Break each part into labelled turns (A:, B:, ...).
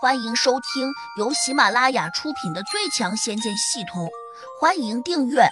A: 欢迎收听由喜马拉雅出品的《最强仙剑系统》，欢迎订阅。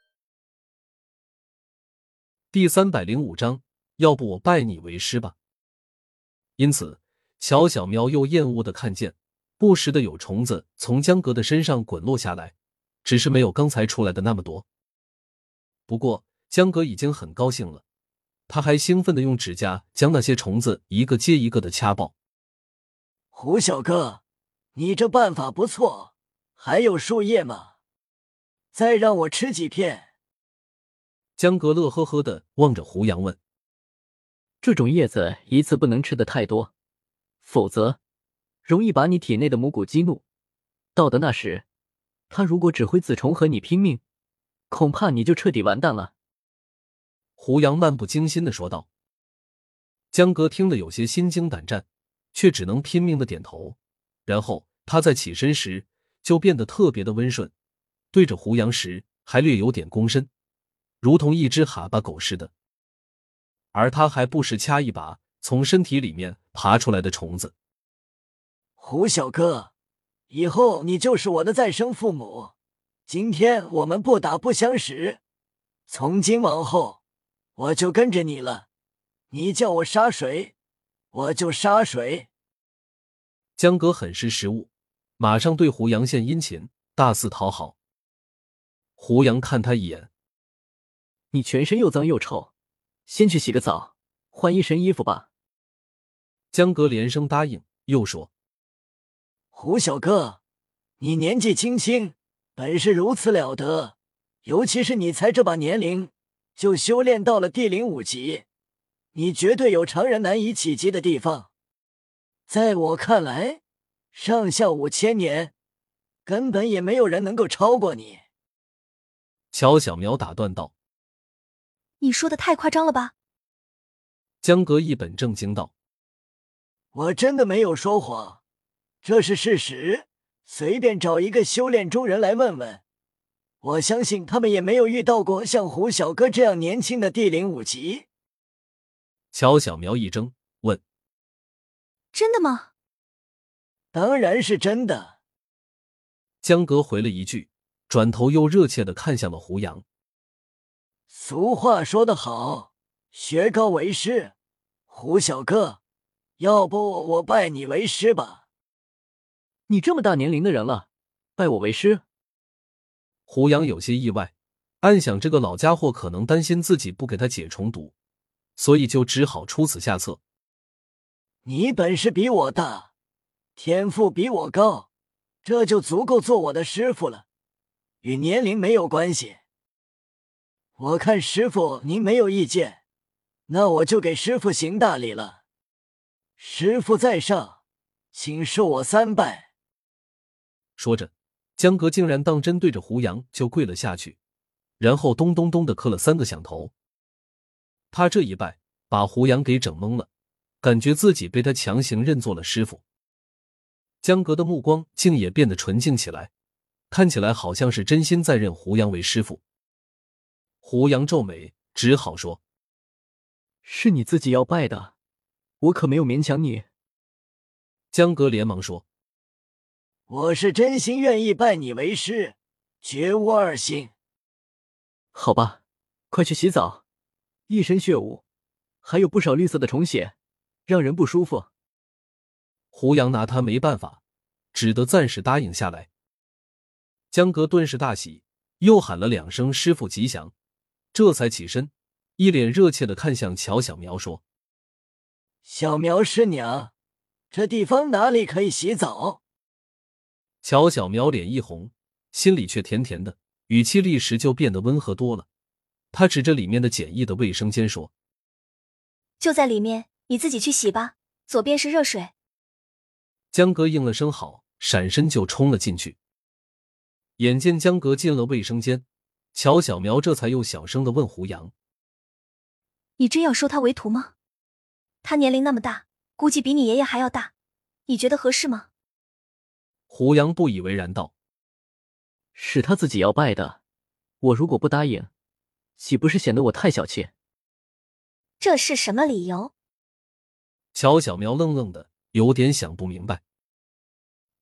B: 第305章，要不我拜你为师吧。因此，乔小苗又厌恶地看见，不时的有虫子从江格的身上滚落下来，只是没有刚才出来的那么多。不过，江格已经很高兴了，他还兴奋地用指甲将那些虫子一个接一个地掐爆。
C: 胡小哥，你这办法不错，还有树叶吗？再让我吃几片。
B: 江格乐呵呵地望着胡杨问。
D: 这种叶子一次不能吃的太多，否则容易把你体内的母骨激怒，到的那时，他如果只会自虫和你拼命，恐怕你就彻底完蛋了。
B: 胡杨漫不经心地说道。江格听得有些心惊胆战，却只能拼命地点头，然后他在起身时就变得特别的温顺，对着胡杨时还略有点躬身，如同一只哈巴狗似的。而他还不时掐一把从身体里面爬出来的虫子。
C: 胡小哥，以后你就是我的再生父母，今天我们不打不相识，从今往后我就跟着你了，你叫我杀谁我就杀谁。
B: 江格很识时务，马上对胡杨献殷勤，大肆讨好。胡杨看他一眼，
D: 你全身又脏又臭，先去洗个澡，换一身衣服吧。
B: 江格连声答应，又说，
C: 胡小哥，你年纪轻轻，本事如此了得，尤其是你才这把年龄就修炼到了第05级，你绝对有常人难以企及的地方。在我看来，上下5000年根本也没有人能够超过你。
B: 乔小苗打断道。
E: 你说的太夸张了吧？
B: 江格一本正经道。
C: 我真的没有说谎，这是事实，随便找一个修炼中人来问问，我相信他们也没有遇到过像胡小哥这样年轻的第05级。
B: 乔小苗一怔，问，
E: 真的吗？
C: 当然是真的。
B: 江格回了一句，转头又热切地看向了胡杨。
C: 俗话说得好，学高为师，胡小哥，要不我拜你为师吧。
D: 你这么大年龄的人了，拜我为师？
B: 胡杨有些意外，暗想这个老家伙可能担心自己不给他解虫毒，所以就只好出此下策。
C: 你本事比我大，天赋比我高，这就足够做我的师傅了，与年龄没有关系。我看师傅您没有意见，那我就给师傅行大礼了。师傅在上，请受我3拜。
B: 说着，江格竟然当真对着胡杨就跪了下去，然后咚咚咚地磕了3个响头。他这一拜把胡杨给整懵了，感觉自己被他强行认作了师傅。江格的目光竟也变得纯净起来，看起来好像是真心在认胡杨为师傅。胡杨皱眉，只好说，
D: 是你自己要拜的，我可没有勉强你。
B: 江格连忙说，
C: 我是真心愿意拜你为师，绝无二心。
D: 好吧，快去洗澡，一身血污，还有不少绿色的虫血，让人不舒服。
B: 胡杨拿他没办法，只得暂时答应下来。江格顿时大喜，又喊了2声师傅吉祥，这才起身，一脸热切地看向乔小苗说，
C: 小苗师娘，这地方哪里可以洗澡？
B: 乔小苗脸一红，心里却甜甜的，语气立时就变得温和多了。他指着里面的简易的卫生间说，
E: 就在里面，你自己去洗吧，左边是热水。
B: 江格应了声好，闪身就冲了进去。眼见江格进了卫生间，乔小苗这才又小声地问胡杨，
E: 你真要收他为徒吗？他年龄那么大，估计比你爷爷还要大，你觉得合适吗？
B: 胡杨不以为然道，
D: 是他自己要拜的，我如果不答应，岂不是显得我太小气？
E: 这是什么理由？
B: 乔小苗愣愣的，有点想不明白。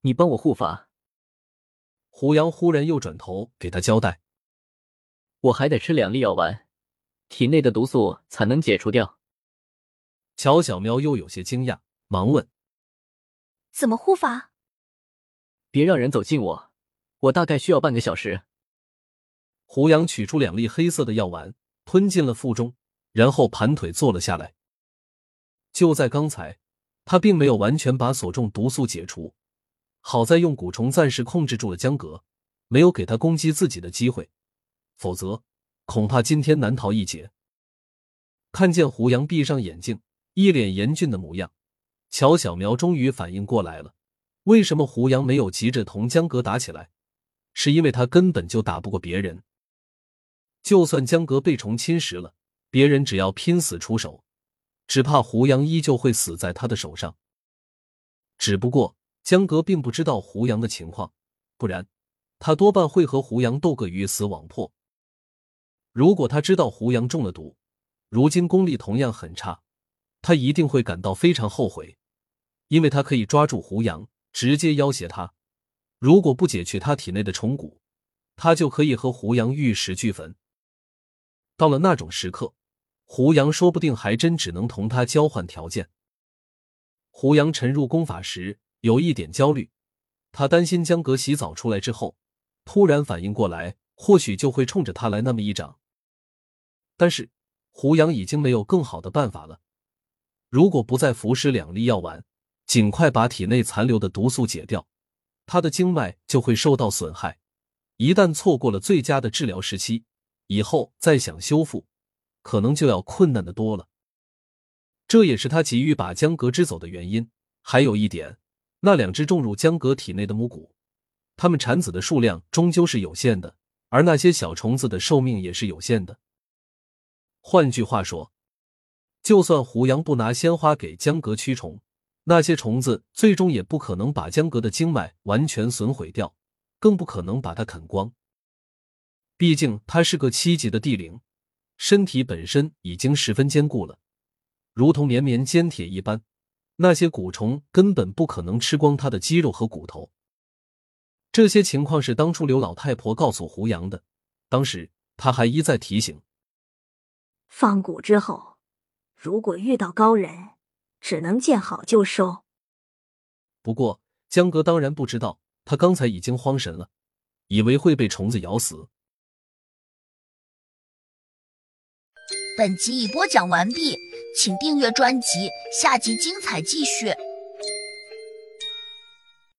D: 你帮我护法。
B: 胡杨忽然又转头给他交代，
D: 我还得吃2粒药丸，体内的毒素才能解除掉。
B: 乔小苗又有些惊讶，忙问，
E: 怎么护法？
D: 别让人走近我，我大概需要半个小时。
B: 胡杨取出2粒黑色的药丸，吞进了腹中，然后盘腿坐了下来。就在刚才，他并没有完全把所中毒素解除，好在用蛊虫暂时控制住了江革，没有给他攻击自己的机会，否则恐怕今天难逃一劫。看见胡杨闭上眼睛，一脸严峻的模样，乔小苗终于反应过来了，为什么胡杨没有急着同江革打起来，是因为他根本就打不过别人。就算江革被虫侵蚀了，别人只要拼死出手，只怕胡杨依旧会死在他的手上。只不过江革并不知道胡杨的情况，不然他多半会和胡杨斗个鱼死网破。如果他知道胡杨中了毒，如今功力同样很差，他一定会感到非常后悔，因为他可以抓住胡杨，直接要挟他。如果不解去他体内的虫蛊，他就可以和胡杨玉石俱焚。到了那种时刻，胡杨说不定还真只能同他交换条件。胡杨沉入功法时有一点焦虑，他担心江革洗澡出来之后突然反应过来，或许就会冲着他来那么一掌。但是胡杨已经没有更好的办法了，如果不再服食2粒药丸，尽快把体内残留的毒素解掉，他的经脉就会受到损害，一旦错过了最佳的治疗时期，以后再想修复可能就要困难得多了。这也是他急于把江革支走的原因。还有一点，那2只种入江革体内的母蛊，它们产子的数量终究是有限的，而那些小虫子的寿命也是有限的。换句话说，就算胡杨不拿鲜花给江革驱虫，那些虫子最终也不可能把江革的经脉完全损毁掉，更不可能把它啃光。毕竟他是个7级的地灵，身体本身已经十分坚固了，如同绵绵坚铁一般，那些蛊虫根本不可能吃光他的肌肉和骨头。这些情况是当初刘老太婆告诉胡杨的，当时他还一再提醒，
F: 放蛊之后，如果遇到高人，只能见好就收。
B: 不过江革当然不知道，他刚才已经慌神了，以为会被虫子咬死。
A: 本集已播讲完毕，请订阅专辑，下集精彩继续。